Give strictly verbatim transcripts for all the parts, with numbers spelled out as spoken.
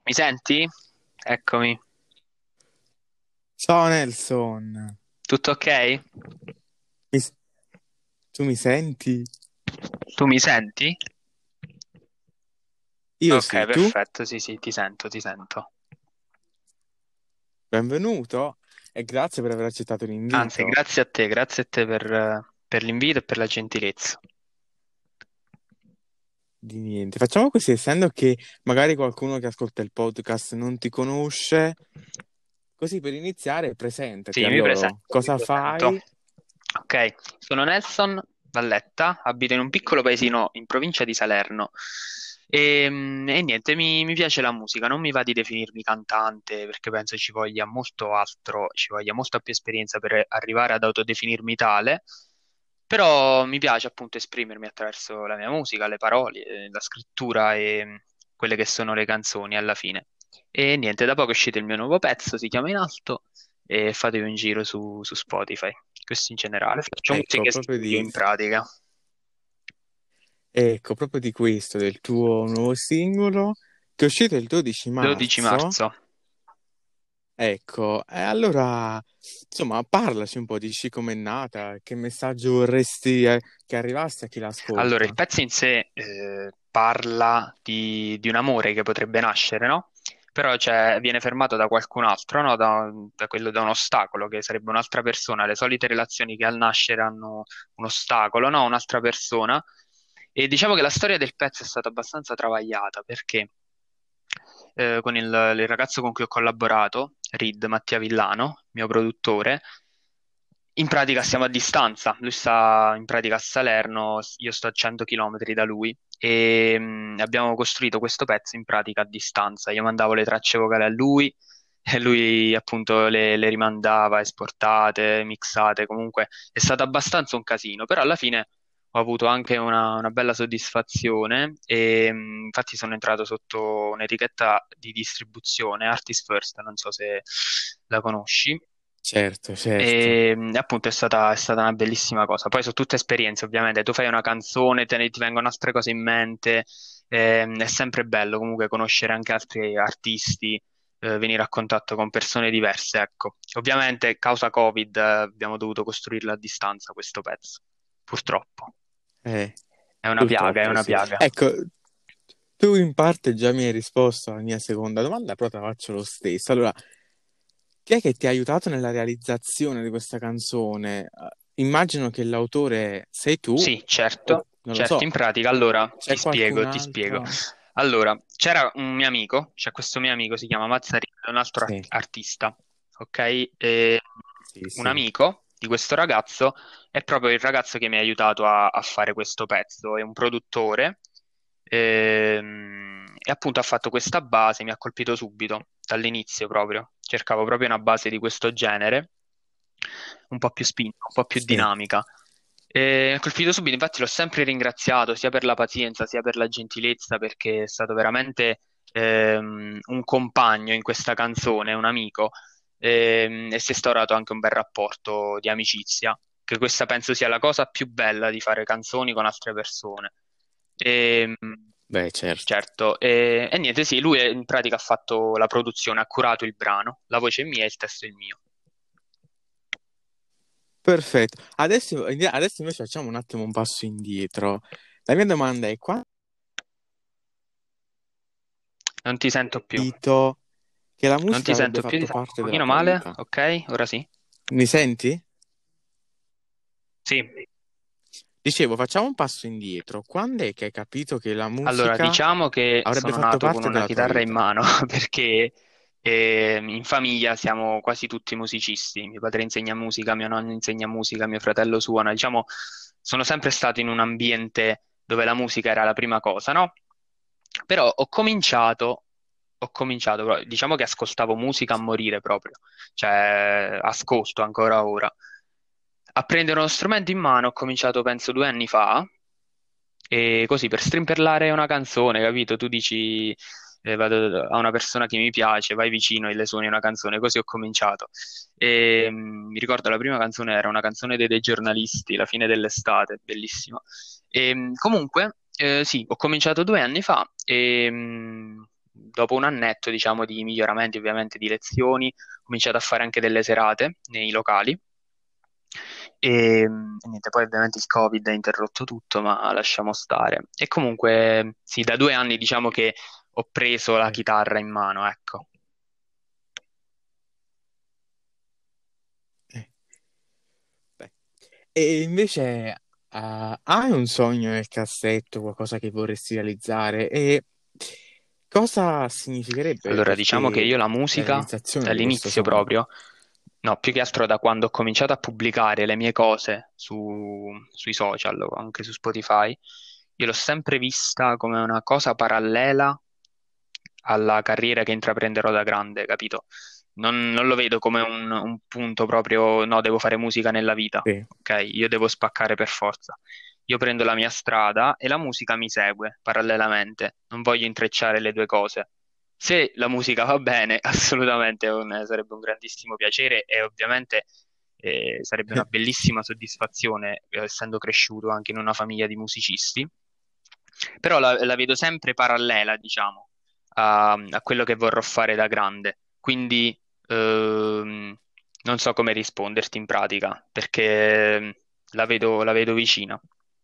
Mi senti? Eccomi. Ciao Nelson, Tutto ok? Mi s- tu mi senti? Tu mi senti? Io Ok, sì, tu? perfetto. Sì, sì, ti sento, ti sento. Benvenuto e grazie per aver accettato Anzi, l'invito. grazie a te, grazie a te per, eh, per l'invito e per la gentilezza. Di niente. Facciamo così, essendo che magari qualcuno che ascolta il podcast non ti conosce, così per iniziare presentati Sì, a mi loro. presento, mi Cosa presento. fai? Ok, sono Nelson Valletta, abito in un piccolo paesino in provincia di Salerno e, mm, e niente, mi, mi piace la musica, non mi va di definirmi cantante perché penso ci voglia molto altro, ci voglia molta più esperienza per arrivare ad autodefinirmi tale, però mi piace appunto esprimermi attraverso la mia musica, le parole, eh, la scrittura e mm, quelle che sono le canzoni alla fine. E niente, da poco è uscito il mio nuovo pezzo, si chiama In Alto e fatevi un giro su, su Spotify. Questo in generale. Faccio musica Ecco, e proprio studio di, in pratica. ecco, proprio di questo, del tuo nuovo singolo, che è uscito il dodici dodici marzo. marzo. Ecco, e allora, insomma, parlaci un po', dici com'è nata, che messaggio vorresti eh, che arrivasse a chi Allora, il l'ascolta. pezzo in sé eh, parla di, di un amore che potrebbe nascere, no? Però cioè, viene fermato da qualcun altro, no? Da, da quello, da un ostacolo, che sarebbe un'altra persona. Le solite relazioni che al nascere hanno un ostacolo, no? Un'altra persona. E diciamo che la storia del pezzo è stata abbastanza travagliata perché eh, con il, il ragazzo con cui ho collaborato, Reed Mattia Villano, mio produttore, in pratica Sì. stiamo a distanza. Lui sta in pratica a Salerno, io sto a cento chilometri da lui e mh, abbiamo costruito questo pezzo in pratica a distanza. Io mandavo le tracce vocali a lui e lui appunto le, le rimandava esportate, mixate. Comunque è stato abbastanza un casino, però alla fine ho avuto anche una, una bella soddisfazione e mh, infatti sono entrato sotto un'etichetta di distribuzione, Artist First, non so se la conosci. Certo, certo. E mh, appunto è stata, è stata una bellissima cosa. Poi sono tutte esperienze, ovviamente. Tu fai una canzone, te ne, ti vengono altre cose in mente. Ehm, è sempre bello comunque conoscere anche altri artisti, eh, venire a contatto con persone diverse, ecco. Ovviamente, causa Covid, eh, abbiamo dovuto costruirla a distanza questo pezzo, purtroppo. Eh, È una piaga, è purtroppo una sì. piaga. Ecco, tu in parte già mi hai risposto alla mia seconda domanda, però te la faccio lo stesso. Allora, chi è che ti ha aiutato nella realizzazione di questa canzone? Eh, Immagino che l'autore sei tu, Sì, o certo, non lo certo, so, in pratica, allora ti c'è qualcun spiego, ti spiego. altro? Allora, c'era un mio amico, c'è questo mio amico, si chiama Mazzarino, è un altro art- Sì, artista, ok? E sì, un sì. amico di questo ragazzo è proprio il ragazzo che mi ha aiutato a, a fare questo pezzo, è un produttore ehm, e appunto ha fatto questa base, mi ha colpito subito, dall'inizio proprio. Cercavo proprio una base di questo genere, un po' più spinta, un po' più Sì. dinamica. E mi ha colpito subito, infatti l'ho sempre ringraziato sia per la pazienza sia per la gentilezza perché è stato veramente ehm, un compagno in questa canzone, un amico, ehm, e si è instaurato anche un bel rapporto di amicizia, che questa penso sia la cosa più bella di fare canzoni con altre persone. E, Beh, certo. certo, e, e niente, sì, lui in pratica ha fatto la produzione, ha curato il brano, la voce è mia e il testo è il mio. Perfetto. Adesso, adesso invece facciamo un attimo un passo indietro. La mia domanda è: quando Non ti sento hai più. capito che la Non musica ti avrebbe sento più, ti fatto sento un parte della pochino tua male, vita? ok? Ora sì. Mi senti? Sì, Dicevo, facciamo un passo indietro. Quando è che hai capito che la allora musica diciamo che avrebbe sono fatto nato con parte una della tua chitarra in vita? mano perché eh, in famiglia siamo quasi tutti musicisti. Mio padre insegna musica, mio nonno insegna musica, mio fratello suona. Diciamo, sono sempre stato in un ambiente dove la musica era la prima cosa, no? Però ho cominciato, ho cominciato, però, diciamo che ascoltavo musica a morire proprio, cioè ascolto ancora ora. A prendere uno strumento in mano ho cominciato penso due anni fa e così per strimperlare una canzone, capito? Tu dici eh, vado a una persona che mi piace, vai vicino e le suoni una canzone, così ho cominciato. E, mm, mi ricordo la prima canzone era una canzone dei, dei giornalisti, La fine dell'estate, bellissima. E, mm, comunque, eh, sì, ho cominciato due anni fa e mm, dopo un annetto, diciamo, di miglioramenti, ovviamente di lezioni, ho cominciato a fare anche delle serate nei locali. E, e niente, poi ovviamente il Covid ha interrotto tutto, ma lasciamo stare. E comunque, sì, da due anni diciamo che ho preso la Eh, chitarra in mano, ecco. eh, beh. E invece ah, hai un sogno nel cassetto, qualcosa che vorresti realizzare? E cosa significherebbe Allora, per diciamo che te io la la musica, realizzazione di questo dall'inizio sogno? proprio, no, più che altro da quando ho cominciato a pubblicare le mie cose su- sui social o anche su Spotify, io l'ho sempre vista come una cosa parallela alla carriera che intraprenderò da grande, capito? Non, non lo vedo come un, un punto proprio, no, devo fare musica nella vita, Sì. ok? Io devo spaccare per forza. Io prendo la mia strada e la musica mi segue parallelamente, non voglio intrecciare le due cose. Se la musica va bene, assolutamente è un- sarebbe un grandissimo piacere e ovviamente eh, sarebbe una bellissima soddisfazione, eh, essendo cresciuto anche in una famiglia di musicisti. Però la, la vedo sempre parallela, diciamo, a, a quello che vorrò fare da grande. Quindi ehm, non so come risponderti in pratica, perché ehm, la vedo, la vedo vicina.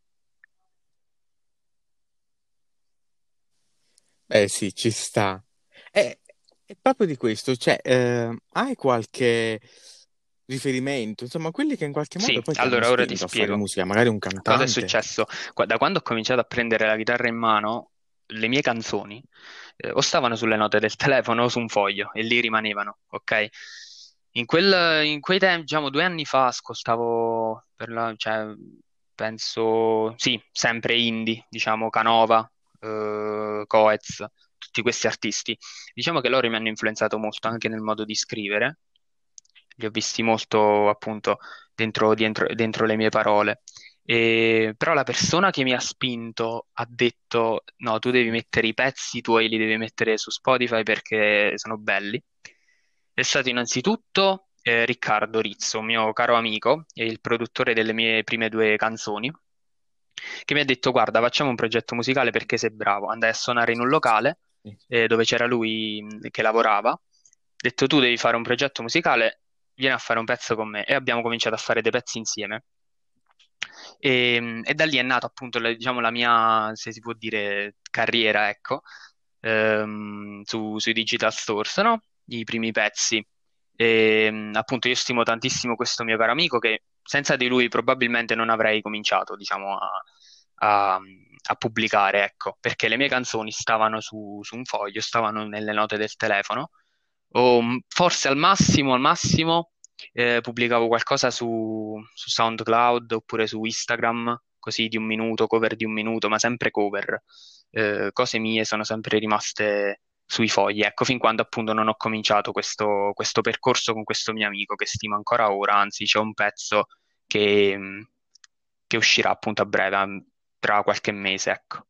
Eh sì, ci sta. E, e proprio di questo, cioè, eh, hai qualche riferimento, insomma, quelli che in qualche modo Sì, poi ti hanno allora ora ti spinto a fare spiego. musica, magari un Cosa è cantante? successo? Qua- Da quando ho cominciato a prendere la chitarra in mano, le mie canzoni eh, o stavano sulle note del telefono o su un foglio e lì rimanevano, ok? In quel- in quei tempi, diciamo, due anni fa, ascoltavo per la, cioè, penso, sì, sempre indie, diciamo, Canova, eh, Coez, tutti questi artisti. Diciamo che loro mi hanno influenzato molto anche nel modo di scrivere. Li ho visti molto, appunto, dentro, dentro- dentro le mie parole. E- però la persona che mi ha spinto ha detto: no, tu devi mettere i pezzi tuoi, li devi mettere su Spotify perché sono belli. È stato innanzitutto eh, Riccardo Rizzo, un mio caro amico e il produttore delle mie prime due canzoni, che mi ha detto: guarda, facciamo un progetto musicale perché sei bravo. Andai a suonare in un locale Sì. eh, dove c'era lui mh, che lavorava. Ha detto: tu devi fare un progetto musicale, vieni a fare un pezzo con me. E abbiamo cominciato a fare dei pezzi insieme. E, e da lì è nata appunto la, diciamo, la mia, se si può dire, carriera, ecco, ehm, su- sui digital stores, no? I primi pezzi. E, appunto io stimo tantissimo questo mio caro amico che senza di lui probabilmente non avrei cominciato, diciamo, a, a- a pubblicare, ecco, perché le mie canzoni stavano su, su un foglio, stavano nelle note del telefono, o mh, forse al massimo, al massimo eh, pubblicavo qualcosa su, su SoundCloud oppure su Instagram, così di un minuto, cover di un minuto, ma sempre cover. Eh, cose mie sono sempre rimaste sui fogli, ecco, fin quando appunto non ho cominciato questo, questo percorso con questo mio amico che stimo ancora ora, anzi c'è un pezzo che, mh, che uscirà appunto a breve, mh, tra qualche mese, ecco.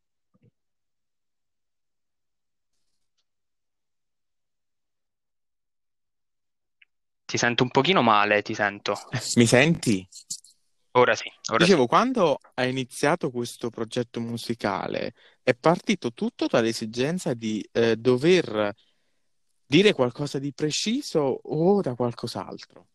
Ti sento un pochino male, ti sento. Mi senti? Ora sì, ora sì. Dicevo, quando hai iniziato questo progetto musicale, è partito tutto dall'esigenza di eh, dover dire qualcosa di preciso o da qualcos'altro?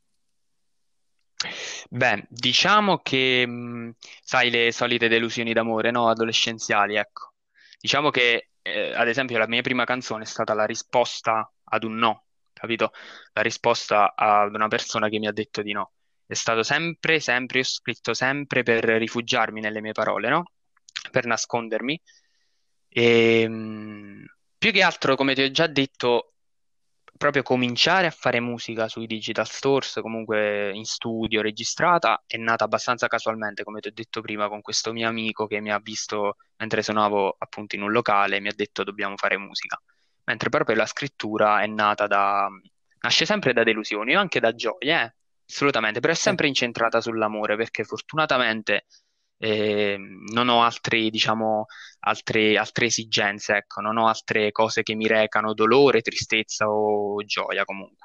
Beh, diciamo che, mh, sai, le solite delusioni d'amore, no? Adolescenziali, ecco. Diciamo che, eh, ad esempio, la mia prima canzone è stata la risposta ad un no, capito? La risposta ad una persona che mi ha detto di no. È stato sempre, sempre, io ho scritto sempre per rifugiarmi nelle mie parole, no? Per nascondermi. E, mh, più che altro, come ti ho già detto, proprio cominciare a fare musica sui digital stores, comunque in studio, registrata, è nata abbastanza casualmente, come ti ho detto prima, con questo mio amico che mi ha visto mentre suonavo appunto in un locale e mi ha detto dobbiamo fare musica. Mentre proprio la scrittura è nata da... nasce sempre da delusioni o anche da gioie, eh, assolutamente, però è Eh, sempre incentrata sull'amore perché fortunatamente eh, non ho altri, diciamo, altre, altre esigenze, ecco, non ho altre cose che mi recano dolore, tristezza o gioia comunque.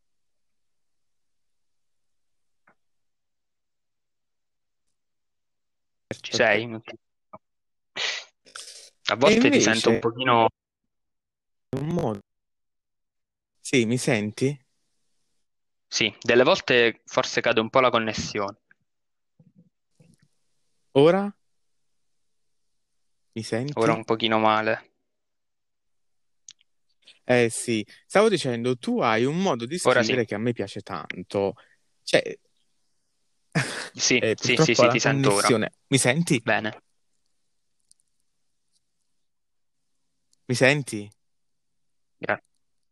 Ci certo. sei? A E volte ti sento un invece, pochino... un modo. Sì, mi senti? Sì, delle volte forse cade un po' la connessione. Ora? Mi Ora senti? un pochino male. Eh sì, stavo dicendo, tu hai un modo di Ora sì. scrivere che a me piace tanto. Cioè, Sì, eh, sì, sì, purtroppo sì, la ti sento ora. connessione. Mi senti? Bene. Mi senti? Gra-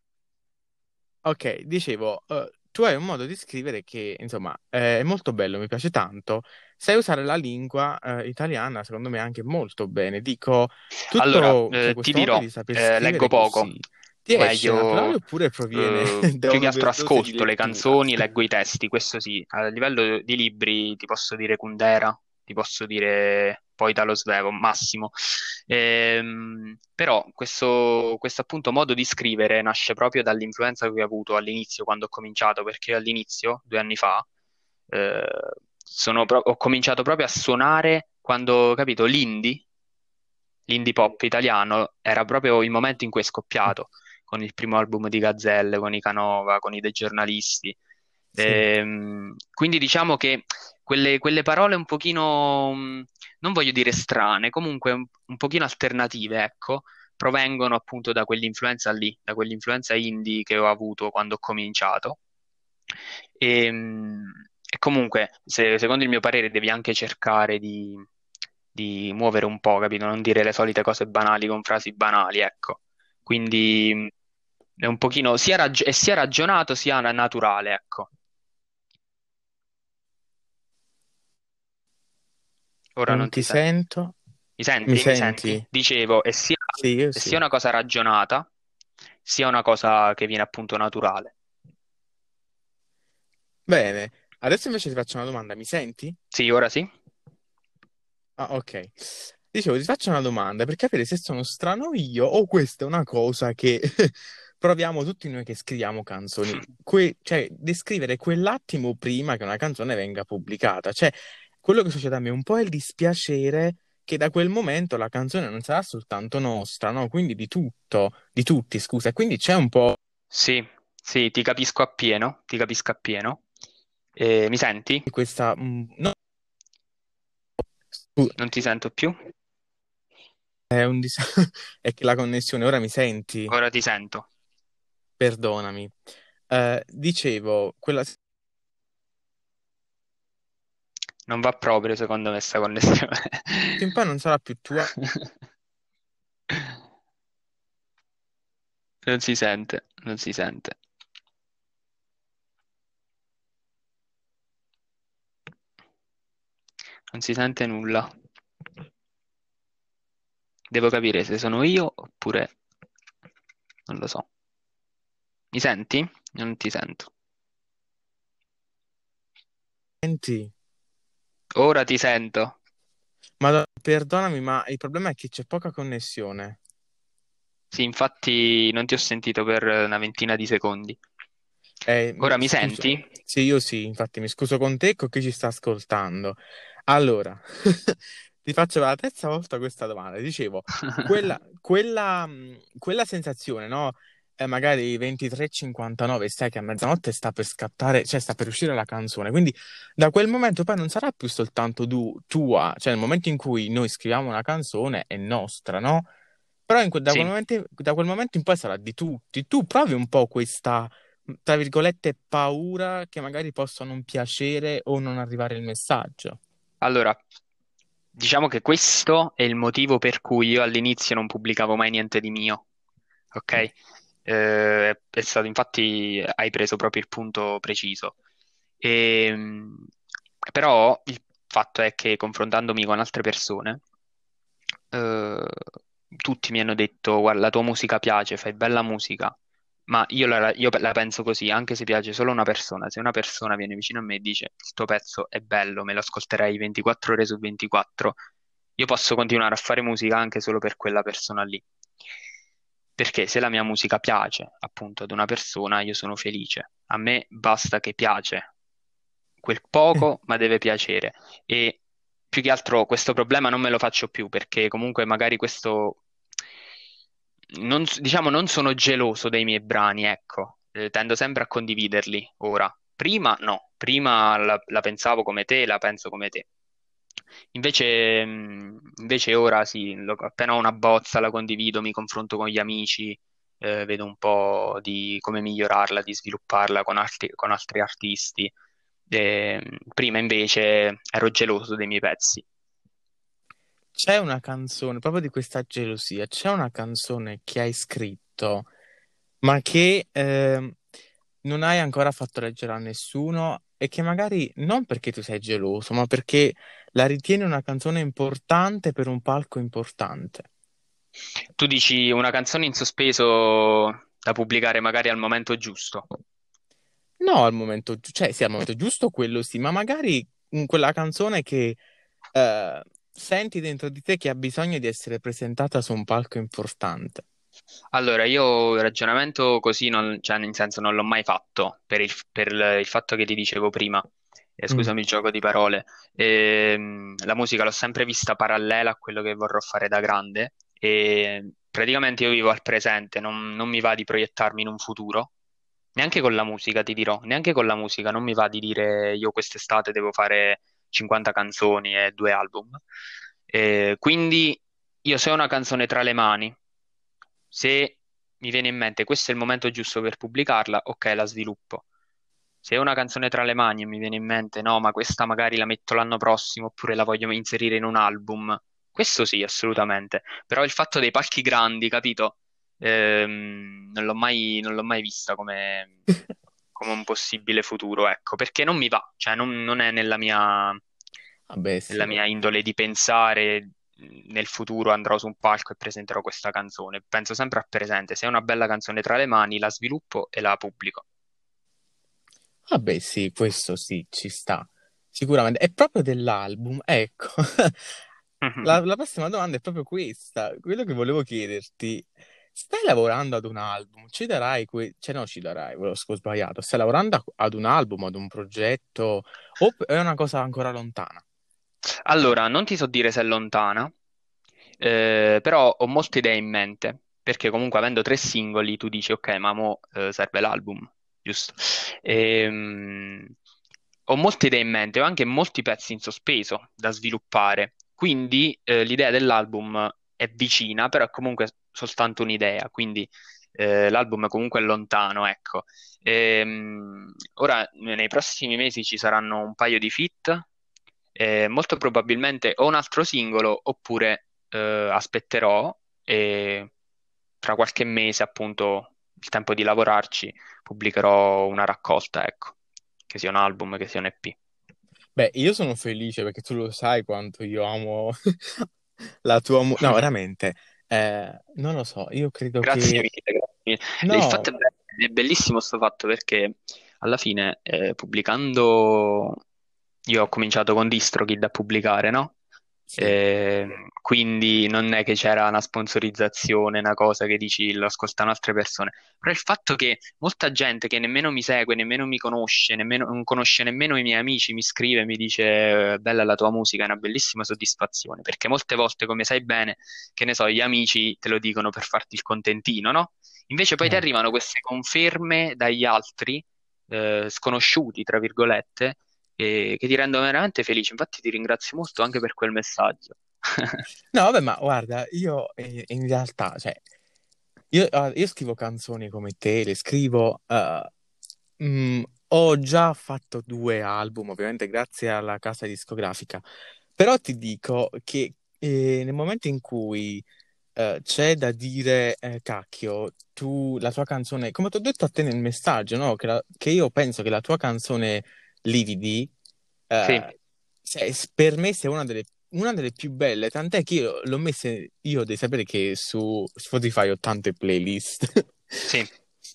Ok, dicevo, eh, tu hai un modo di scrivere che, insomma, eh, è molto bello, mi piace tanto. Sai usare la lingua, eh, italiana, secondo me anche molto bene. Dico, Allora, tutto, cioè, eh, ti questo modo dirò, di saper eh, leggo scrivere poco, così, ti o esce naturale meglio, oppure proviene eh, da più che altro un'overdose di ascolto le lettura? canzoni, leggo i testi, questo sì. A livello di libri ti posso dire Kundera, ti posso dire poi Italo Svevo, Massimo. Ehm, però questo, questo appunto modo di scrivere nasce proprio dall'influenza che ho avuto all'inizio, quando ho cominciato, perché all'inizio, due anni fa, eh, sono pro- ho cominciato proprio a suonare quando, capito, l'indie, l'indie pop italiano era proprio il momento in cui è scoppiato, con il primo album di Gazzelle, con i Canova, con i dei giornalisti. Sì. Ehm, quindi diciamo che quelle, quelle parole un pochino, mh, non voglio dire strane, comunque un, un pochino alternative, ecco, provengono appunto da quell'influenza lì, da quell'influenza indie che ho avuto quando ho cominciato. E, mh, e comunque, se- secondo il mio parere, devi anche cercare di, di muovere un po', capito? Non dire le solite cose banali con frasi banali, ecco. Quindi mh, è un pochino sia, rag- è sia ragionato sia naturale, ecco. Ora Non non ti ti sento. sento? Mi Mi senti? Mi senti? senti? Dicevo, è sia, Sì, io è sia sì. una cosa ragionata, sia una cosa che viene appunto naturale. Bene, adesso invece ti faccio una domanda, mi senti? Sì, ora sì? Ah, ok. Dicevo, ti faccio una domanda per capire se sono strano io o questa è una cosa che proviamo tutti noi che scriviamo canzoni. Que- cioè, descrivere quell'attimo prima che una canzone venga pubblicata. Cioè, quello che succede a me è un po' il dispiacere che da quel momento la canzone non sarà soltanto nostra, no? Quindi di tutto, di tutti, scusa. E quindi c'è un po' Sì, sì, ti capisco appieno, ti capisco appieno. Eh, mi senti? di questa... mm, no, scu- Non ti sento più? è un dis- è che la connessione, ora mi senti? Ora ti sento. Perdonami. Eh, dicevo, quella... Non va proprio, secondo me, questa connessione. in poi non sarà più tua. Non si sente, non si sente. Non si sente nulla. Devo capire se sono io oppure non lo so. Mi senti? Non ti sento. Senti, Ora ti sento. ma perdonami, ma il problema è che c'è poca connessione. Sì, infatti non ti ho sentito per una ventina di secondi. Eh, Ora mi mi scuso. senti? Sì, io sì, infatti mi scuso con te e con chi ci sta ascoltando. Allora, ti faccio per la terza volta questa domanda. Dicevo, quella, quella, mh, quella sensazione, no? Eh, magari ventitré e cinquantanove, sai che a mezzanotte sta per scattare, cioè sta per uscire la canzone. Quindi da quel momento poi non sarà più soltanto tu, tua, cioè nel momento in cui noi scriviamo una canzone è nostra, no? Però in que- da quel Sì. momento, da quel momento in poi sarà di tutti. Tu provi un po' questa, tra virgolette, paura che magari possa non piacere o non arrivare il messaggio. Allora, diciamo che questo è il motivo per cui io all'inizio non pubblicavo mai niente di mio, ok? Mm. Eh, è stato, infatti, hai preso proprio il punto preciso. Ehm, Però il fatto è che confrontandomi con altre persone, eh, tutti mi hanno detto: Guarda, la tua musica piace, fai bella musica. Ma io la, io la penso così, anche se piace solo a una persona, se una persona viene vicino a me e dice il tuo pezzo è bello, me lo ascolterei ventiquattro ore su ventiquattro, io posso continuare a fare musica anche solo per quella persona lì. Perché se la mia musica piace appunto ad una persona, io sono felice. A me basta che piace quel Eh, poco, ma deve piacere. E più che altro questo problema non me lo faccio più perché comunque magari questo non, s- diciamo, non sono geloso dei miei brani, ecco. Eh, tendo sempre a condividerli ora. Prima no, prima la, la pensavo come te, la penso come te. Invece, mh, invece ora sì, lo- appena ho una bozza la condivido, mi confronto con gli amici, eh, vedo un po' di come migliorarla, di svilupparla con altri, con altri artisti. E, mh, prima invece ero geloso dei miei pezzi. C'è una canzone, proprio di questa gelosia, c'è una canzone che hai scritto, ma che ehm, non hai ancora fatto leggere a nessuno e che magari non perché tu sei geloso, ma perché la ritieni una canzone importante per un palco importante. Tu dici una canzone in sospeso da pubblicare magari al momento giusto. No, al momento, gi- cioè sì, al momento giusto quello sì, ma magari in quella canzone che eh, senti dentro di te che ha bisogno di essere presentata su un palco importante. Allora, io il ragionamento così, non, cioè nel senso non l'ho mai fatto per il, per il- il fatto che ti dicevo prima. Eh, Mm. scusami il gioco di parole. Ehm, la musica l'ho sempre vista parallela a quello che vorrò fare da grande e praticamente io vivo al presente, non, non mi va di proiettarmi in un futuro, neanche con la musica, ti dirò, neanche con la musica, non mi va di dire io quest'estate devo fare cinquanta canzoni e due album. Eh, quindi io se ho una canzone tra le mani, se mi viene in mente questo è il momento giusto per pubblicarla, ok, la sviluppo. Se ho una canzone tra le mani e mi viene in mente, no, ma questa magari la metto l'anno prossimo oppure la voglio inserire in un album, questo sì, assolutamente. Però il fatto dei palchi grandi, capito? Ehm, non l'ho mai, non l'ho mai vista come, come un possibile futuro, ecco, perché non mi va, cioè non, non è nella mia, Vabbè, nella sì. mia indole di pensare mh, nel futuro andrò su un palco e presenterò questa canzone. Penso sempre al presente. Se ho una bella canzone tra le mani, la sviluppo e la pubblico. Vabbè, sì, questo sì, ci sta. Sicuramente. È proprio dell'album. Ecco. La, la prossima domanda è proprio questa. Quello che volevo chiederti. Stai lavorando ad un album? Ci darai que... Cioè, no, ci darai, ve lo ho sbagliato. Stai lavorando a- ad un album, ad un progetto? O è una cosa ancora lontana? Allora, non ti so dire se è lontana, eh, però ho molte idee in mente, perché comunque avendo tre singoli tu dici ok, ma mo eh, serve l'album, giusto? Ehm, Ho molte idee in mente, ho anche molti pezzi in sospeso da sviluppare, quindi eh, l'idea dell'album è vicina, però è comunque soltanto un'idea, quindi eh, l'album comunque è lontano, ecco. Ehm, ora, nei prossimi mesi ci saranno un paio di feat, eh, molto probabilmente o un altro singolo oppure eh, aspetterò e tra qualche mese, appunto, il tempo di lavorarci, pubblicherò una raccolta, ecco, che sia un album, che sia un E P. Beh, io sono felice perché tu lo sai quanto io amo la tua musica. No, veramente. Eh, non lo so, io credo Grazie che... mille, grazie mille. Il fatto No. è, be- è bellissimo questo fatto perché alla fine eh, pubblicando io ho cominciato con DistroKid a pubblicare, no? Sì. Eh, quindi non è che c'era una sponsorizzazione, una cosa che dici lo ascoltano altre persone, però il fatto che molta gente che nemmeno mi segue, nemmeno mi conosce, nemmeno, non conosce nemmeno i miei amici, mi scrive e mi dice "Eh, bella la tua musica, è una bellissima soddisfazione, perché molte volte, come sai bene, che ne so, gli amici te lo dicono per farti il contentino, no? Invece poi ti Eh. arrivano queste conferme dagli altri, eh, sconosciuti, tra virgolette, e che ti rendono veramente felice. Infatti ti ringrazio molto anche per quel messaggio. No, vabbè, ma guarda, io eh, in realtà, cioè, io, ah, io scrivo canzoni come te, le scrivo, eh, mm, ho già fatto due album, ovviamente grazie alla casa discografica, però ti dico che eh, nel momento in cui eh, c'è da dire, eh, cacchio, tu, la tua canzone, come ti ho detto a te nel messaggio, no? Che, la- che io penso che la tua canzone Lividi, Sì, eh, se- per me sia una delle, una delle più belle, tant'è che io l'ho messa, io devi sapere che su Spotify ho tante playlist. sì,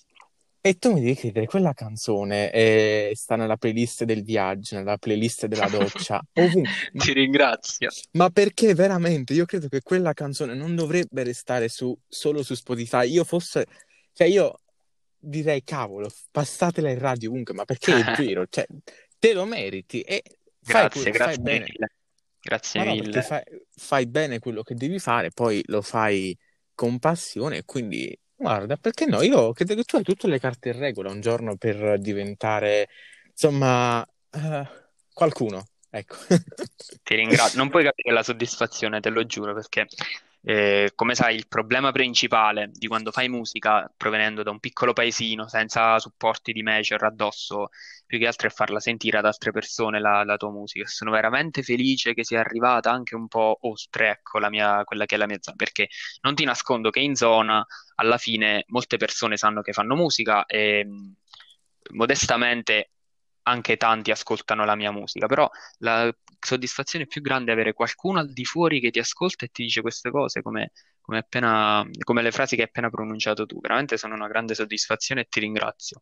E tu mi devi credere, quella canzone eh, sta nella playlist del viaggio, nella playlist della doccia, ovunque. Ma, ti ringrazio. ma perché veramente? Io credo che quella canzone non dovrebbe restare su- solo su Spotify. Io fosse, cioè io direi, cavolo, passatela in radio ovunque, ma perché è vero, cioè, te lo meriti e fai, Grazie, que- fai grazie bene. mille. Grazie Ma no, perché mille. fai, fai bene quello che devi fare, poi lo fai, con passione e quindi, guarda, perché no? Io credo che tu hai tutte le carte in regola un giorno per diventare, insomma, eh, qualcuno, ecco. Ti ringrazio. Non puoi capire la soddisfazione, te lo giuro, perché eh, come sai, il problema principale di quando fai musica provenendo da un piccolo paesino senza supporti di major addosso, più che altro è farla sentire ad altre persone la, la tua musica. Sono veramente felice che sia arrivata anche un po' oltre, ecco, la mia, quella che è la mia zona, perché non ti nascondo che in zona alla fine molte persone sanno che fanno musica e mh, modestamente anche tanti ascoltano la mia musica, però la soddisfazione più grande è avere qualcuno al di fuori che ti ascolta e ti dice queste cose come, come appena, come le frasi che hai appena pronunciato tu. Veramente sono una grande soddisfazione e ti ringrazio.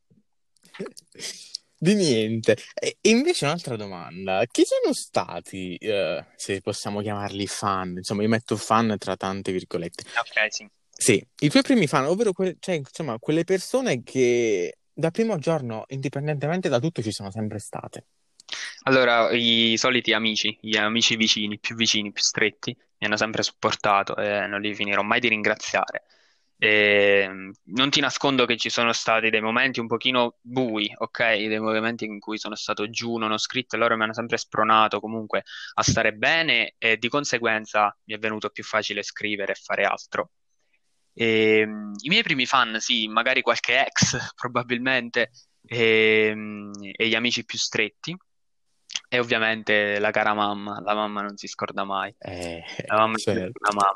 Di niente. E e invece un'altra domanda. Chi sono stati, eh, se possiamo chiamarli fan? Insomma, io metto fan tra tante virgolette. Ok, sì. Sì, i tuoi primi fan, ovvero que- cioè, insomma, quelle persone che da primo giorno, indipendentemente da tutto, ci sono sempre state. Allora, i soliti amici, gli amici vicini, più vicini, più stretti, mi hanno sempre supportato e non li finirò mai di ringraziare. E, mh, non ti nascondo che ci sono stati dei momenti un pochino bui, ok? Dei momenti in cui sono stato giù, non ho scritto e loro mi hanno sempre spronato comunque a stare bene e di conseguenza mi è venuto più facile scrivere e fare altro. E, mh, I miei primi fan, sì, magari qualche ex probabilmente, e, mh, e gli amici più stretti. E ovviamente la cara mamma, la mamma non si scorda mai, Eh, la mamma è sempre una certo. mamma.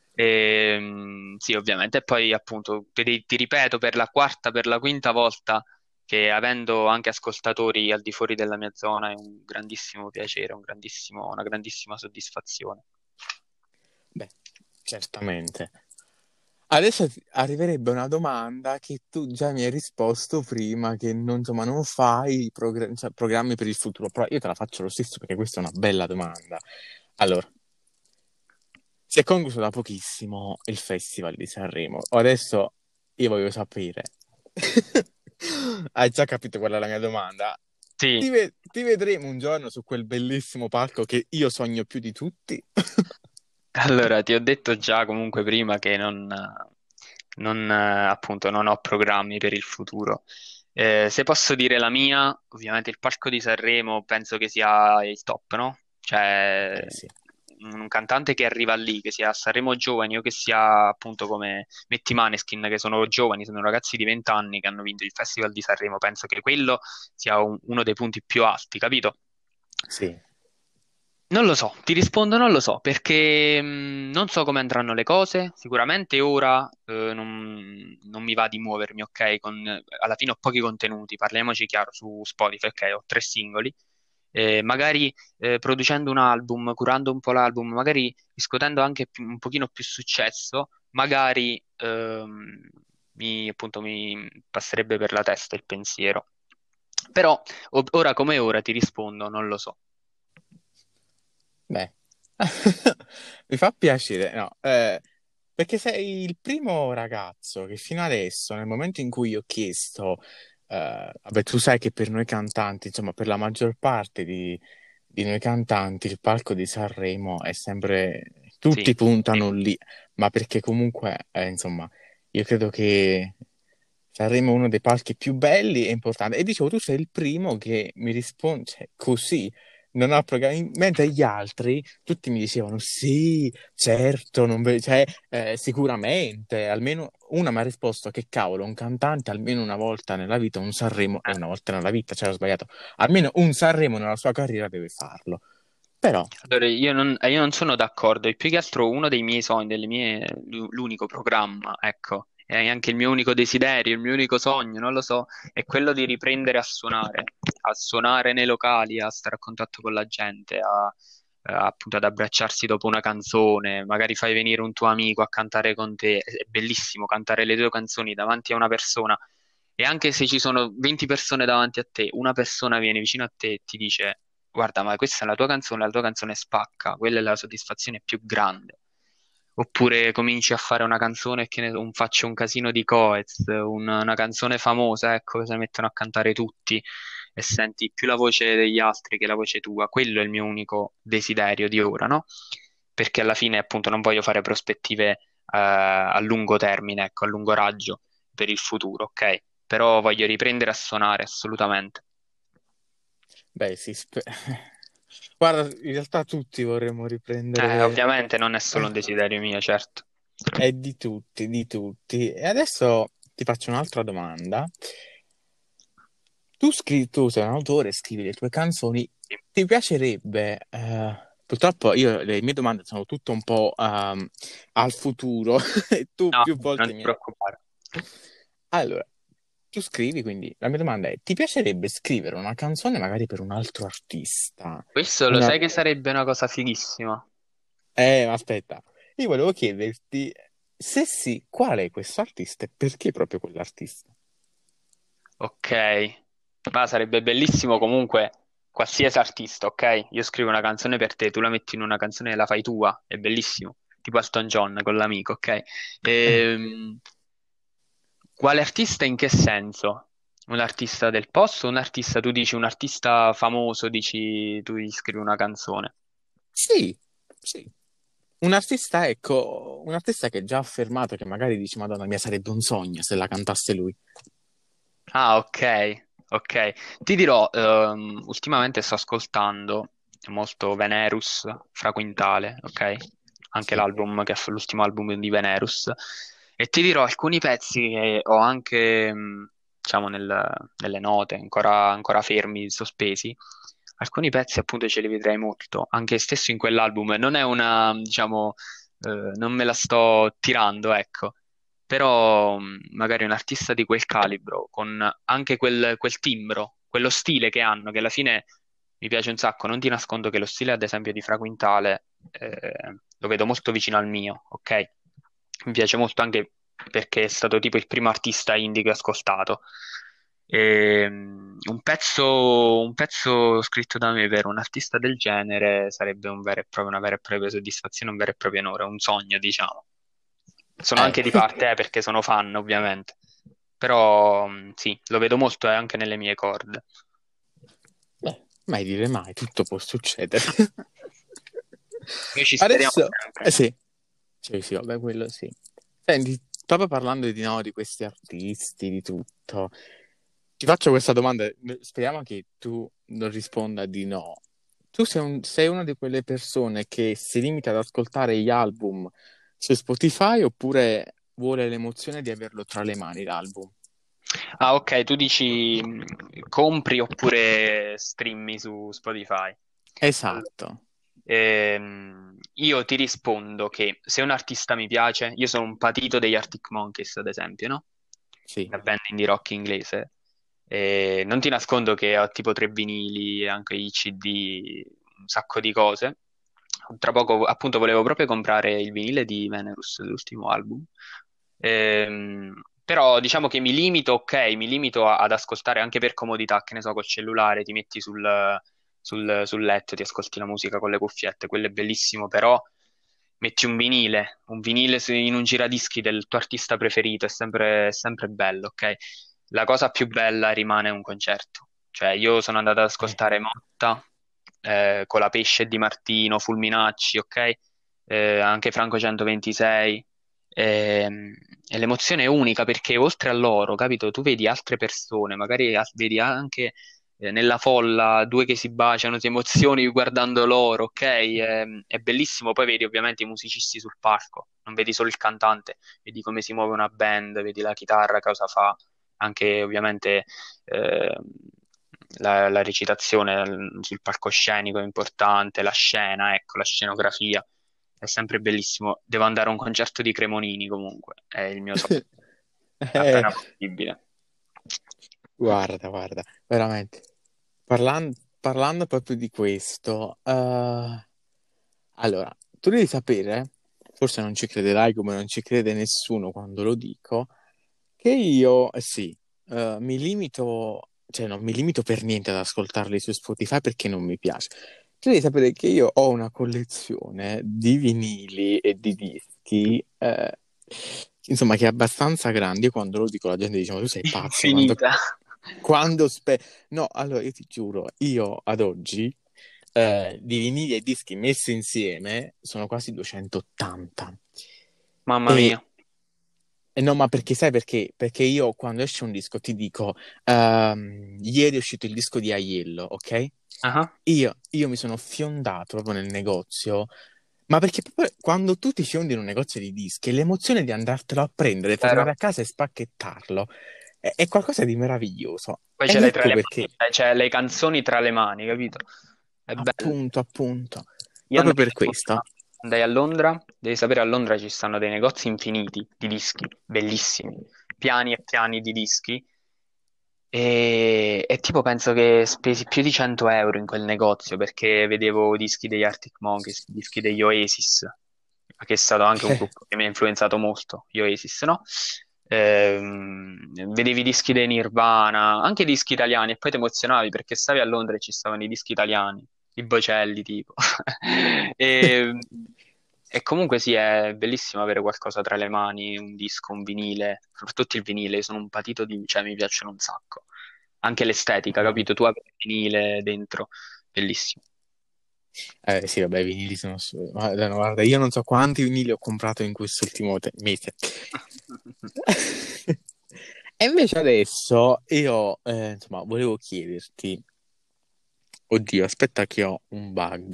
E, sì, ovviamente, e poi appunto ti, ti ripeto per la quarta, per la quinta volta che avendo anche ascoltatori al di fuori della mia zona è un grandissimo piacere, un grandissimo- una grandissima soddisfazione. Beh, certamente. Adesso ti- arriverebbe una domanda che tu già mi hai risposto prima, che non, insomma, non fai progr- cioè, programmi per il futuro, però io te la faccio lo stesso perché questa è una bella domanda. Allora, si è concluso da pochissimo il Festival di Sanremo. Adesso io voglio sapere. Hai già capito qual è la mia domanda? Sì, Ti, ve- ti vedremo un giorno su quel bellissimo palco che io sogno più di tutti? allora ti ho detto già comunque prima che non, non, eh, appunto, non ho programmi per il futuro. Eh, se posso dire la mia, ovviamente il palco di Sanremo penso che sia il top, no? Cioè, Eh sì. un cantante che arriva lì, che sia a Sanremo giovani o che sia appunto come Metti Maneskin, che sono giovani, sono ragazzi di venti anni che hanno vinto il Festival di Sanremo, penso che quello sia un- uno dei punti più alti, capito? Sì. Non lo so, ti rispondo non lo so, perché mh, non so come andranno le cose. Sicuramente ora eh, non, non mi va di muovermi, ok? Con, alla fine ho pochi contenuti, parliamoci chiaro, su Spotify, ok? Ho tre singoli. Eh, magari eh, producendo un album, curando un po' l'album, magari riscuotendo anche più- un pochino più successo, magari ehm, mi, appunto, mi passerebbe per la testa il pensiero. Però o- ora come ora ti rispondo, non lo so. Beh, mi fa piacere, no, eh, perché sei il primo ragazzo che fino adesso, nel momento in cui io ho chiesto, eh, vabbè, tu sai che per noi cantanti, insomma, per la maggior parte di, di noi cantanti, il palco di Sanremo è sempre, Sì, tutti sì. puntano lì, ma perché comunque, eh, insomma, io credo che Sanremo è uno dei palchi più belli e importanti. E dicevo, tu sei il primo che mi risponde, cioè, così non ho programmi, mentre gli altri tutti mi dicevano sì, certo, non ve- cioè, eh, sicuramente, almeno una mi ha risposto che cavolo, un cantante almeno una volta nella vita, un Sanremo, e Eh. una volta nella vita, cioè ho sbagliato, almeno un Sanremo nella sua carriera deve farlo. Però, Allora, io non, eh, io non sono d'accordo, e più che altro uno dei miei sogni, delle mie, l'u- l'unico programma, ecco, e anche il mio unico desiderio, il mio unico sogno, non lo so, è quello di riprendere a suonare, a suonare nei locali, a stare a contatto con la gente, a, eh, appunto ad abbracciarsi dopo una canzone, magari fai venire un tuo amico a cantare con te, è bellissimo cantare le tue canzoni davanti a una persona e anche se ci sono venti persone davanti a te, una persona viene vicino a te e ti dice: Guarda, ma questa è la tua canzone, la tua canzone spacca, quella è la soddisfazione più grande. Oppure cominci a fare una canzone che ne so, un, faccio un casino di Coez, un- una canzone famosa, ecco, che si mettono a cantare tutti e senti più la voce degli altri che la voce tua. Quello è il mio unico desiderio di ora, no? Perché alla fine, appunto, non voglio fare prospettive a lungo termine, ecco, a lungo raggio per il futuro, ok? Però voglio riprendere a suonare assolutamente. Beh, sì, spe- guarda, in realtà tutti vorremmo Eh, riprendere. ovviamente non è solo un Eh, desiderio mio, certo. è di tutti, di tutti. E adesso ti faccio un'altra domanda. Tu scrivi, tu sei un autore, scrivi le tue canzoni, Sì. ti piacerebbe, eh, purtroppo io le mie domande sono tutte un po' ehm, al futuro, e tu No, più non volte ti mi hai... preoccupare. Allora, tu scrivi, quindi la mia domanda è, ti piacerebbe scrivere una canzone magari per un altro artista? Questo lo Una... sai che sarebbe una cosa fighissima. Eh, ma aspetta, io volevo chiederti se sì, qual è questo artista e perché proprio quell'artista? Ok, ma sarebbe bellissimo comunque qualsiasi artista, ok? Io scrivo una canzone per te, tu la metti in una canzone e la fai tua, è bellissimo. Tipo Elton John con l'amico, ok? Eh, Ehm, quale artista in che senso? Un artista del posto, un artista, tu dici un artista famoso, dici tu gli scrivi una canzone. sì, sì. Un artista, ecco, un artista che ha già affermato che magari dice, Madonna mia, sarebbe un sogno se la cantasse lui. Ah, ok, ok. Ti dirò, ehm, ultimamente sto ascoltando molto Venerus, Fra Quintale, ok? Anche Sì. l'album che è l'ultimo album di Venerus. E ti dirò alcuni pezzi che ho anche, mh, diciamo, nel- nelle note, ancora, ancora fermi, sospesi. Alcuni pezzi appunto ce li vedrei molto, anche stesso in quell'album. Non è una, diciamo, eh, non me la sto tirando, ecco, però mh, magari un artista di quel calibro, con anche quel, quel timbro, quello stile che hanno, che alla fine mi piace un sacco. Non ti nascondo che lo stile, ad esempio, di Fra Quintale eh, lo vedo molto vicino al mio, ok? Mi piace molto anche perché è stato tipo il primo artista indie che ho ascoltato. Ehm, un pezzo, un pezzo scritto da me per un artista del genere sarebbe un vero e proprio- una vera e propria soddisfazione, un vero e proprio onore, un sogno, diciamo. Sono Eh, anche di parte, eh, perché sono fan, ovviamente. Però mh, sì, lo vedo molto eh, anche nelle mie corde. beh, mai dire mai, tutto può succedere. Noi ci speriamo Adesso, eh sempre. sì, sì, sì, vabbè, quello sì. Senti, proprio parlando di, no, di questi artisti, di tutto, ti faccio questa domanda, speriamo che tu non risponda di no. Tu sei, un- sei una di quelle persone che si limita ad ascoltare gli album su Spotify oppure vuole l'emozione di averlo tra le mani l'album? Ah, ok, tu dici mh, compri oppure streammi su Spotify. Allora, Esatto, ehm, io ti rispondo che se un artista mi piace, io sono un patito degli Arctic Monkeys, ad esempio, no? sì. La band indie rock inglese. E non ti nascondo che ho tipo tre vinili, anche i C D, un sacco di cose. Tra poco, appunto, volevo proprio comprare il vinile di Venerus, l'ultimo album. Ehm, però diciamo che mi limito, ok, mi limito a- ad ascoltare anche per comodità, che ne so, col cellulare, ti metti sul, sul- sul letto, ti ascolti la musica con le cuffiette, quello è bellissimo, però metti un vinile, un vinile su- in un giradischi del tuo artista preferito, è sempre, è sempre bello, ok? La cosa più bella rimane un concerto. Cioè, io sono andato ad Eh, ascoltare Motta, eh, con la Pesce di Martino, Fulminacci, ok? Eh, anche Franco centoventisei. Ehm, E, l'emozione è unica perché oltre a loro, capito, tu vedi altre persone, magari a- vedi anche eh, nella folla due che si baciano, ti emozioni guardando loro, ok? Ehm, è bellissimo. Poi vedi ovviamente i musicisti sul palco, non vedi solo il cantante, vedi come si muove una band, vedi la chitarra, cosa fa, anche ovviamente ehm, la, la recitazione l- sul palcoscenico è importante, la scena, ecco, la scenografia. È sempre bellissimo. Devo andare a un concerto di Cremonini comunque, è il mio sogno, eh, appena possibile. guarda, guarda, veramente. Parlan- parlando proprio di questo, eh, allora, tu devi sapere, forse non ci crederai come non ci crede nessuno quando lo dico, che io, eh, sì, eh, mi limito, cioè non mi limito per niente ad ascoltarli su Spotify perché non mi piace. Tu devi sapere che io ho una collezione di vinili e di dischi, eh, insomma, che è abbastanza grande. Io quando lo dico la gente dice, ma tu sei pazzo, quando, Infinita. quando spe... No, allora io ti giuro, io ad oggi eh, di vinili e dischi messi insieme sono quasi duecentottanta. Mamma E, mia. e no, ma perché sai perché? Perché io quando esce un disco ti dico, ehm, ieri è uscito il disco di Aiello, ok? Ah, Io, io mi sono fiondato proprio nel negozio, ma perché proprio quando tu ti fiondi in un negozio di dischi, l'emozione di andartelo a prendere, tornare vero. a casa e spacchettarlo, è, è qualcosa di meraviglioso. Poi ce Ed l'hai tra ecco le perché, mani, cioè, c'è le canzoni tra le mani, capito? È bello. appunto, appunto, Io proprio andai per a Londra, questo. andai a Londra, devi sapere a Londra ci stanno dei negozi infiniti di dischi, bellissimi, piani e piani di dischi e, e tipo penso che spesi più di cento euro in quel negozio perché vedevo dischi degli Arctic Monkeys, dischi degli Oasis, che è stato anche un gruppo che mi ha influenzato molto, gli Oasis, no? Ehm, vedevi dischi dei Nirvana, anche dischi italiani e poi ti emozionavi perché stavi a Londra e ci stavano i dischi italiani, i Bocelli tipo. E, e comunque sì, è bellissimo avere qualcosa tra le mani, un disco, un vinile, soprattutto il vinile, io sono un patito di, cioè mi piacciono un sacco. Anche l'estetica, Eh, capito? Tu hai il vinile dentro, bellissimo. eh, sì, vabbè, i vinili sono... su- Guarda, no, guarda, io non so quanti vinili ho comprato in quest'ultimo te- mese. E invece adesso io, eh, insomma, volevo chiederti, oddio, aspetta che ho un bug.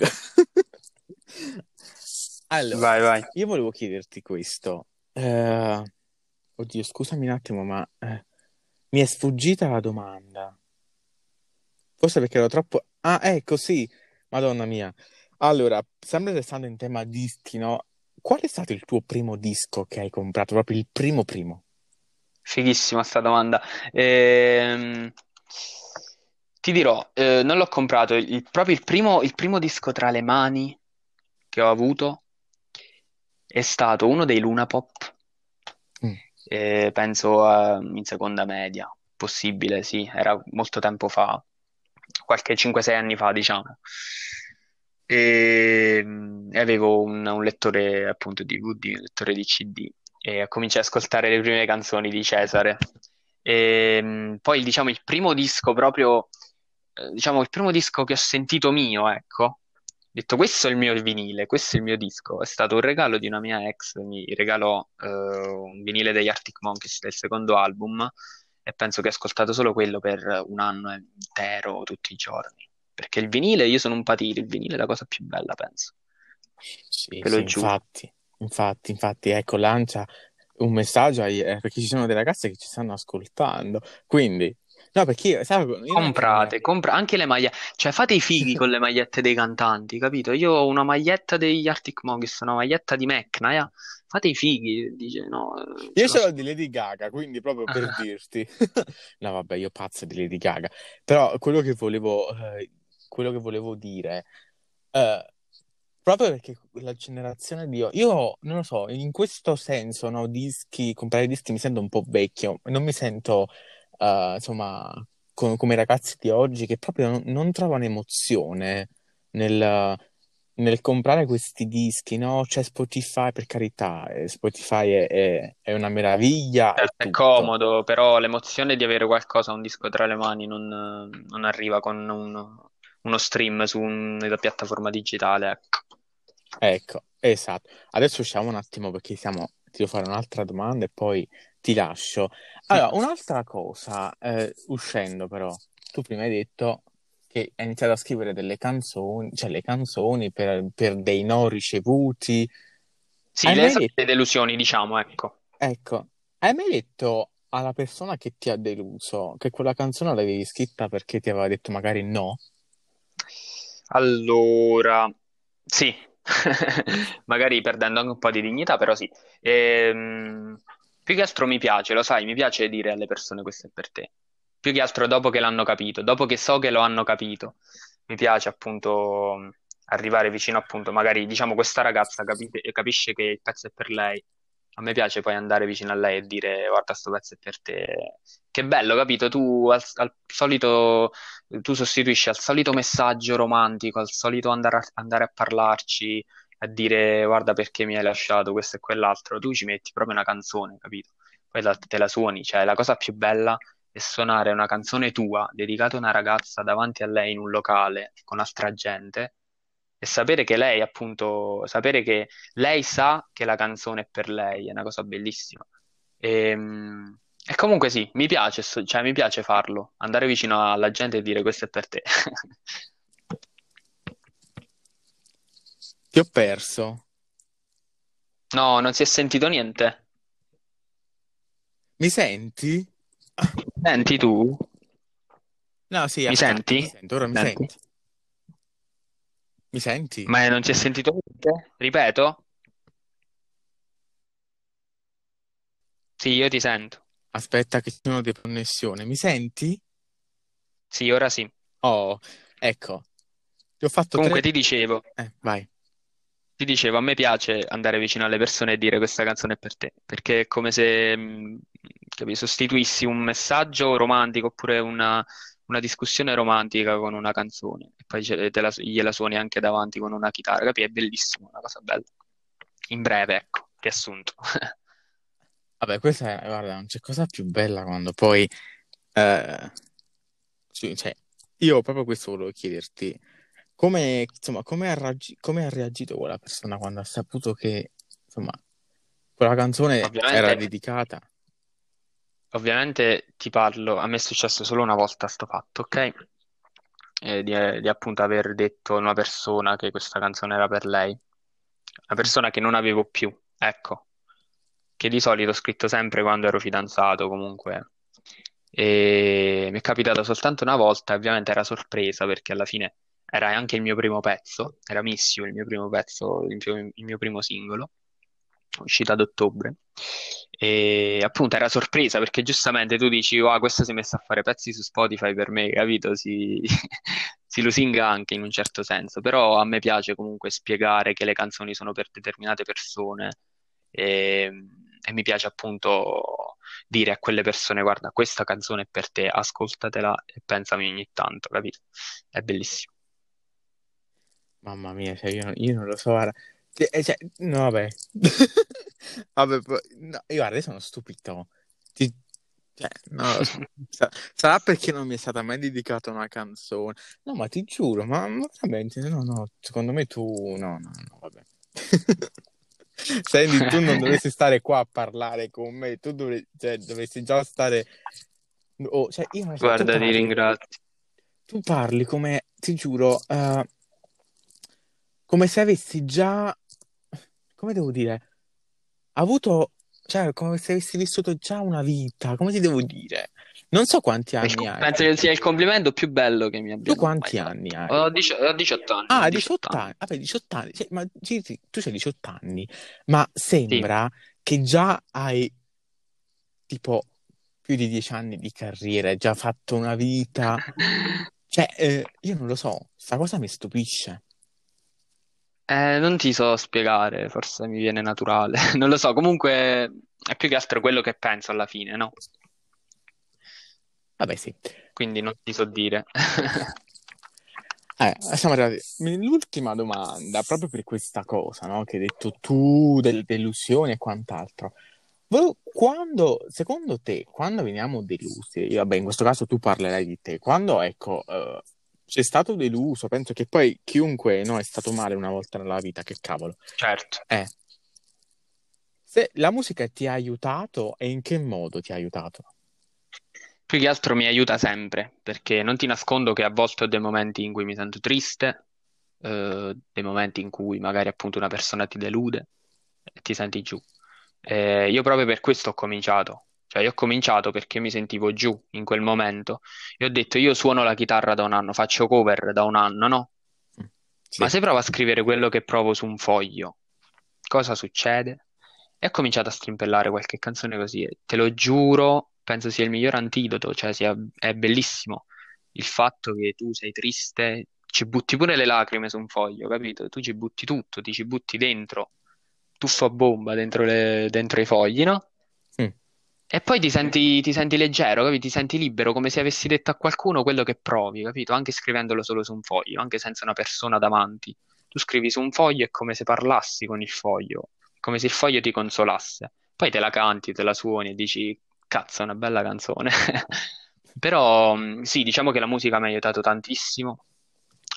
Allora, Vai, vai. io volevo chiederti questo. Eh, oddio, scusami un attimo, ma eh, mi è sfuggita la domanda. Forse perché ero troppo... Ah, ecco, sì, Madonna mia. Allora, sempre restando in tema dischi, no? Qual è stato il tuo primo disco che hai comprato? Proprio il primo primo? Fighissima sta domanda. Ehm, ti dirò, eh, non l'ho comprato, il- proprio il primo, il primo disco tra le mani che ho avuto è stato uno dei Luna Pop, Mm. eh, penso eh, in seconda media, possibile, sì, era molto tempo fa, qualche cinque sei anni fa, diciamo. E, mm, e avevo un, un lettore appunto D V D, un lettore di C D e cominciai ad ascoltare le prime canzoni di Cesare. E, mm, poi diciamo il primo disco proprio, eh, diciamo il primo disco che ho sentito mio, ecco, ho detto questo è il mio vinile, questo è il mio disco, è stato un regalo di una mia ex, mi regalò eh, un vinile degli Arctic Monkeys del secondo album e penso che ho ascoltato solo quello per un anno intero, tutti i giorni. Perché il vinile, io sono un patito, il vinile è la cosa più bella, penso. Sì, Te lo sì, giuro. infatti, infatti, infatti, ecco, lancia un messaggio ai- eh, perché ci sono delle ragazze che ci stanno ascoltando. Quindi, no, perché io, sai, io non è che mi... Comprate, compra anche le magliette, cioè fate i fighi con le magliette dei cantanti, capito? Io ho una maglietta degli Arctic Monkeys, una maglietta di Mecna, eh? Fate i fighi, dice no, eh, Io ce l'ho. ce l'ho di Lady Gaga, quindi proprio per dirti. No, vabbè, io pazzo di Lady Gaga. Però quello che volevo, eh, quello che volevo dire, eh, proprio perché la generazione di... Io, non lo so, in questo senso, no, dischi, comprare dischi mi sento un po' vecchio. Non mi sento, eh, insomma, co- come i ragazzi di oggi che proprio non, non trovano emozione nel nel comprare questi dischi, no? C'è Spotify, per carità, eh, Spotify è, è- è una meraviglia, è Certo, è tutto. comodo, però l'emozione di avere qualcosa, un disco tra le mani, non, non arriva con un- uno stream su una piattaforma digitale, ecco. Ecco, esatto. Adesso usciamo un attimo perché siamo... ti devo fare un'altra domanda e poi ti lascio. Allora, un'altra cosa, eh, uscendo però, tu prima hai detto che hai iniziato a scrivere delle canzoni, cioè le canzoni per, per dei no ricevuti. Sì, Hai le mai solite detto... delusioni, diciamo, ecco. Ecco, hai mai detto alla persona che ti ha deluso che quella canzone l'avevi scritta perché ti aveva detto magari no? Allora, sì, magari perdendo anche un po' di dignità, però sì. Ehm, più che altro mi piace, lo sai, mi piace dire alle persone questo è per te. Più che altro dopo che l'hanno capito, dopo che so che lo hanno capito. Mi piace appunto arrivare vicino appunto, magari diciamo questa ragazza capite- capisce che il pezzo è per lei. A me piace poi andare vicino a lei e dire guarda, sto pezzo è per te. Che bello, capito? Tu al, al solito tu sostituisci al solito messaggio romantico, al solito andare a, andare a parlarci, a dire guarda perché mi hai lasciato questo e quell'altro, tu ci metti proprio una canzone, capito? Poi la- te la suoni, cioè la cosa più bella è suonare una canzone tua dedicata a una ragazza davanti a lei in un locale con altra gente e sapere che lei, appunto, sapere che lei sa che la canzone è per lei, è una cosa bellissima. E, e comunque sì, mi piace, so- cioè mi piace farlo, andare vicino alla gente e dire questo è per te. Ti ho perso. No, non si è sentito niente. Mi senti? Senti tu? No, sì, Mi aspetta, ti senti? sento, ora mi Senti? senti? Mi senti? Ma non si è sentito niente? Ripeto? Sì, io ti sento. Aspetta che ci sono delle connessioni. Mi senti? Sì, ora sì. Oh, ecco, ti ho fatto tre... Comunque ti dicevo, Eh, vai. ti dicevo, a me piace andare vicino alle persone e dire questa canzone è per te, perché è come se, mh, capi, sostituissi un messaggio romantico oppure una, una discussione romantica con una canzone e poi ce- te la, gliela suoni anche davanti con una chitarra, capi? È bellissimo, una cosa bella. In breve, ecco, riassunto. Vabbè, questa è, guarda, non c'è cosa più bella quando poi... eh, sì, cioè, io proprio questo volevo chiederti. Come, insomma, come ha, raggi- come ha reagito quella persona quando ha saputo che, insomma, quella canzone era Ovviamente, dedicata? ovviamente ti parlo, a me è successo solo una volta sto fatto, ok? Eh, di, di appunto aver detto a una persona che questa canzone era per lei, una persona che non avevo più, ecco, che di solito ho scritto sempre quando ero fidanzato comunque. E mi è capitato soltanto una volta, e ovviamente era sorpresa perché alla fine era anche il mio primo pezzo, era Miss You, il mio primo pezzo, il mio, il mio primo singolo, uscito ad ottobre. E appunto era sorpresa perché giustamente tu dici, ah, questo si è messo a fare pezzi su Spotify per me, capito? Si, si lusinga anche in un certo senso, però a me piace comunque spiegare che le canzoni sono per determinate persone e, e mi piace appunto dire a quelle persone, guarda, questa canzone è per te, ascoltatela e pensami ogni tanto, capito? È bellissimo. Mamma mia, cioè, io, io non lo so, guarda. Cioè, eh, cioè, no, vabbè. Vabbè, poi- no, io guarda, io sono stupito. Ti- cioè, non lo so. Sa- Sarà perché non mi è stata mai dedicata una canzone. No, ma ti giuro, ma, ma veramente, no, no, secondo me tu, no, no, no, vabbè. Senti, tu non dovresti stare qua a parlare con me, tu dovre- cioè, dovresti già stare... Oh, cioè, io non lo so, tu Guarda, ti parli, ringrazio. tu parli come, ti giuro, eh, come se avessi già, come devo dire, avuto, cioè, come se avessi vissuto già una vita, come ti devo dire? Non so quanti Il- anni hai Penso tu. che sia il complimento più bello che mi Tu abbiano mai quanti fatto. anni hai? Ho, dici- ho diciotto anni, ho Ah, diciotto diciotto anni. anni. Vabbè, diciotto anni. Cioè, ma sì, sì, tu hai diciotto anni, ma Sì. sembra che già hai tipo più di dieci anni di carriera, hai già fatto una vita. Cioè, eh, io non lo so, sta cosa mi stupisce. Eh, non ti so spiegare, forse mi viene naturale. Non lo so, comunque è più che altro quello che penso alla fine, no? Vabbè, sì. Quindi non ti so dire. Eh, siamo arrivati. L'ultima domanda, proprio per questa cosa, no? Che hai detto tu, delle delusioni e quant'altro. Volevo- Quando, secondo te, quando veniamo delusi, io, vabbè, in questo caso tu parlerai di te, quando, ecco, eh, sei stato deluso, penso che poi chiunque, no, è stato male una volta nella vita, che cavolo. Certo. Eh, se la musica ti ha aiutato e in che modo ti ha aiutato? Più che altro mi aiuta sempre, perché non ti nascondo che a volte ho dei momenti in cui mi sento triste, eh, dei momenti in cui magari appunto una persona ti delude e ti senti giù. Eh, io proprio per questo ho cominciato, cioè io ho cominciato perché mi sentivo giù in quel momento e ho detto io suono la chitarra da un anno, faccio cover da un anno, no? Mm, Ma sì. se provo a scrivere quello che provo su un foglio, cosa succede? E ho cominciato a strimpellare qualche canzone così, e te lo giuro, penso sia il miglior antidoto, cioè sia, è bellissimo il fatto che tu sei triste, ci butti pure le lacrime su un foglio, capito? Tu ci butti tutto, ti ci butti dentro, tuffo a bomba dentro, le- dentro i fogli, no? Mm, E poi ti senti, ti senti leggero, capito? Ti senti libero, come se avessi detto a qualcuno quello che provi, capito? Anche scrivendolo solo su un foglio, anche senza una persona davanti. Tu scrivi su un foglio è come se parlassi con il foglio, come se il foglio ti consolasse. Poi te la canti, te la suoni e dici, cazzo, è una bella canzone. Però mh, sì, diciamo che la musica mi ha aiutato tantissimo.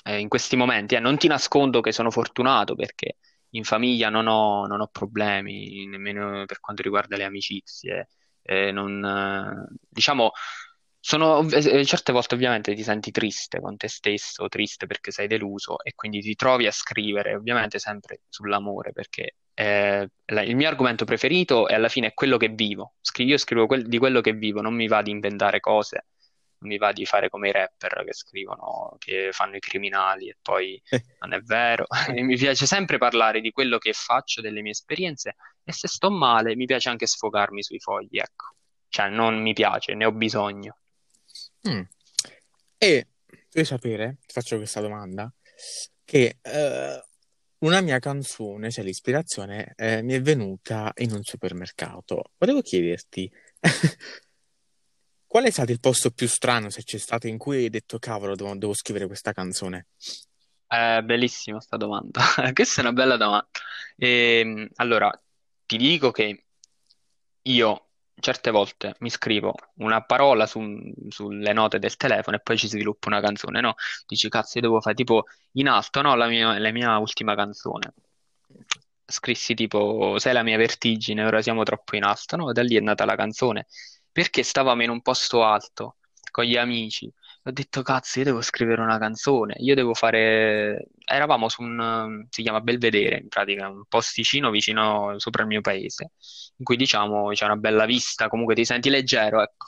eh, in questi momenti. Eh, non ti nascondo che sono fortunato perché in famiglia non ho, non ho problemi, nemmeno per quanto riguarda le amicizie. Eh, non, eh, diciamo, sono, eh, certe volte ovviamente ti senti triste con te stesso, triste perché sei deluso e quindi ti trovi a scrivere, ovviamente sempre sull'amore, perché eh, la- il mio argomento preferito e alla fine è quello che vivo. Scri- io scrivo quel- di quello che vivo, non mi va di inventare cose, non mi va di fare come i rapper che scrivono, che fanno i criminali e poi non è vero. E mi piace sempre parlare di quello che faccio, delle mie esperienze e se sto male mi piace anche sfogarmi sui fogli, ecco. Cioè, non mi piace, ne ho bisogno. Mm. E devi sapere, ti faccio questa domanda, che eh, una mia canzone, cioè l'ispirazione, eh, mi è venuta in un supermercato. Volevo chiederti, qual è stato il posto più strano, se c'è stato, in cui hai detto, cavolo, devo, devo scrivere questa canzone? È bellissima sta domanda. Questa è una bella domanda. Ehm, allora, ti dico che io certe volte mi scrivo una parola su- sulle note del telefono e poi ci sviluppo una canzone, no? Dici, cazzo, io devo fare tipo in alto, no? La mia, la mia ultima canzone. Scrissi tipo, sei la mia vertigine, ora siamo troppo in alto, no? Da lì è nata la canzone. Perché stavamo in un posto alto con gli amici. Ho detto, cazzo, io devo scrivere una canzone, io devo fare... Eravamo su un... si chiama Belvedere, in pratica, un posticino vicino sopra il mio paese in cui diciamo c'è una bella vista, comunque ti senti leggero, ecco.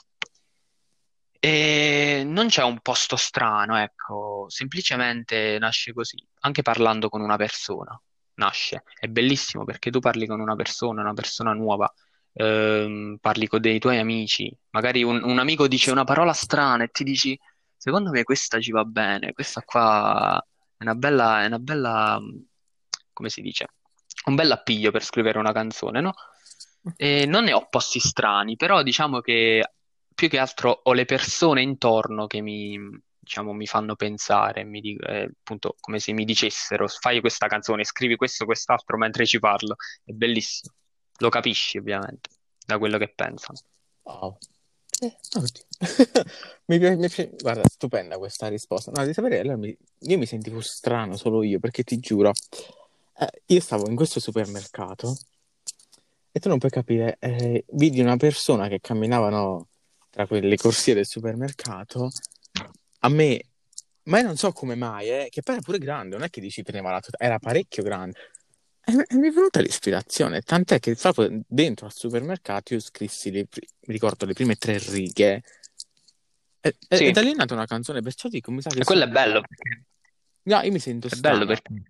E non c'è un posto strano, ecco, semplicemente nasce così, anche parlando con una persona, nasce. È bellissimo perché tu parli con una persona, una persona nuova, ehm, parli con dei tuoi amici, magari un, un amico dice una parola strana e ti dici, secondo me questa ci va bene, questa qua è una bella, è una bella, come si dice? Un bel appiglio per scrivere una canzone, no? E non ne ho posti strani, però diciamo che più che altro ho le persone intorno che mi, diciamo, mi fanno pensare, mi dic- eh, appunto come se mi dicessero fai questa canzone, scrivi questo, quest'altro mentre ci parlo. È bellissimo. Lo capisci ovviamente da quello che pensano. Wow. Eh, oddio. Mi pi- mi pi- guarda, stupenda questa risposta. No, di sapere, allora mi- io mi sentivo strano solo io, perché ti giuro, eh, io stavo in questo supermercato e tu non puoi capire, eh, vidi una persona che camminavano tra quelle corsie del supermercato, a me, ma io non so come mai, eh, che poi era pure grande, non è che dici teneva la tuta, era parecchio grande. E, e mi è venuta l'ispirazione, tant'è che proprio dentro al supermercato io scrissi, le, pri- mi ricordo, le prime tre righe e, e- e Sì, da lì è nata una canzone, perciò dico, mi sa che e sono... quello è bello perché No, io mi sento è bello strano. perché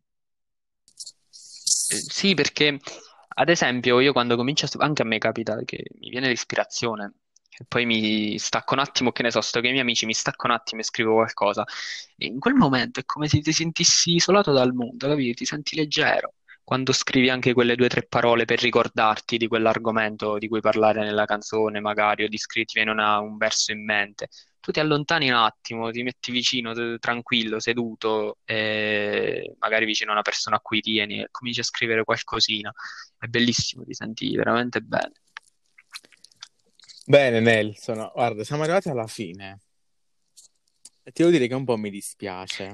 Eh, Sì, perché ad esempio io quando comincio a stu- anche a me capita che mi viene l'ispirazione e poi mi stacco un attimo, che ne so, sto con i miei amici, mi stacco un attimo e scrivo qualcosa. E in quel momento è come se ti sentissi isolato dal mondo, capito? Ti senti leggero quando scrivi anche quelle due o tre parole per ricordarti di quell'argomento di cui parlare nella canzone, magari, o di scri- ti viene una- un verso in mente. Tu ti allontani un attimo, ti metti vicino, t- tranquillo, seduto, e magari vicino a una persona a cui tieni e cominci a scrivere qualcosina. È bellissimo, ti senti veramente bene. Bene, Nelson, guarda, siamo arrivati alla fine. E ti devo dire che un po' mi dispiace.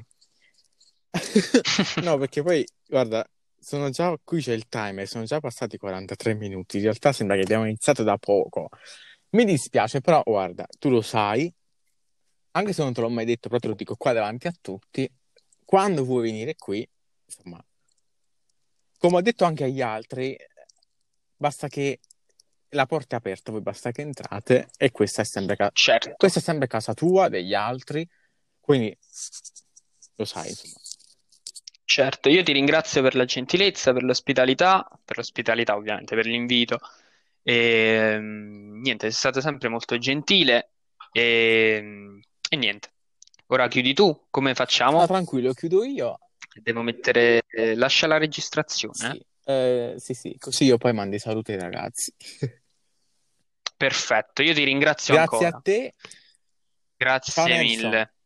No, perché poi, guarda, sono già, qui c'è il timer, sono già passati quarantatré minuti. In realtà sembra che abbiamo iniziato da poco. Mi dispiace, però, guarda, tu lo sai, anche se non te l'ho mai detto, però te lo dico qua davanti a tutti, quando vuoi venire qui, insomma, come ho detto anche agli altri, basta che la porta è aperta, voi basta che entrate e questa è sempre, ca- Certo, questa è sempre casa tua, degli altri, quindi lo sai, insomma. certo. Io ti ringrazio per la gentilezza, per l'ospitalità, per l'ospitalità ovviamente, per l'invito. E mm, niente, sei stato sempre molto gentile e, e niente. Ora chiudi tu, come No, facciamo? tranquillo, chiudo io. Devo mettere, eh, lascia la registrazione, eh? Sì, eh, sì, sì, così io poi mando i saluti ai ragazzi. Perfetto, io ti ringrazio Grazie a ancora. te, ciao Grazie Nelson. mille.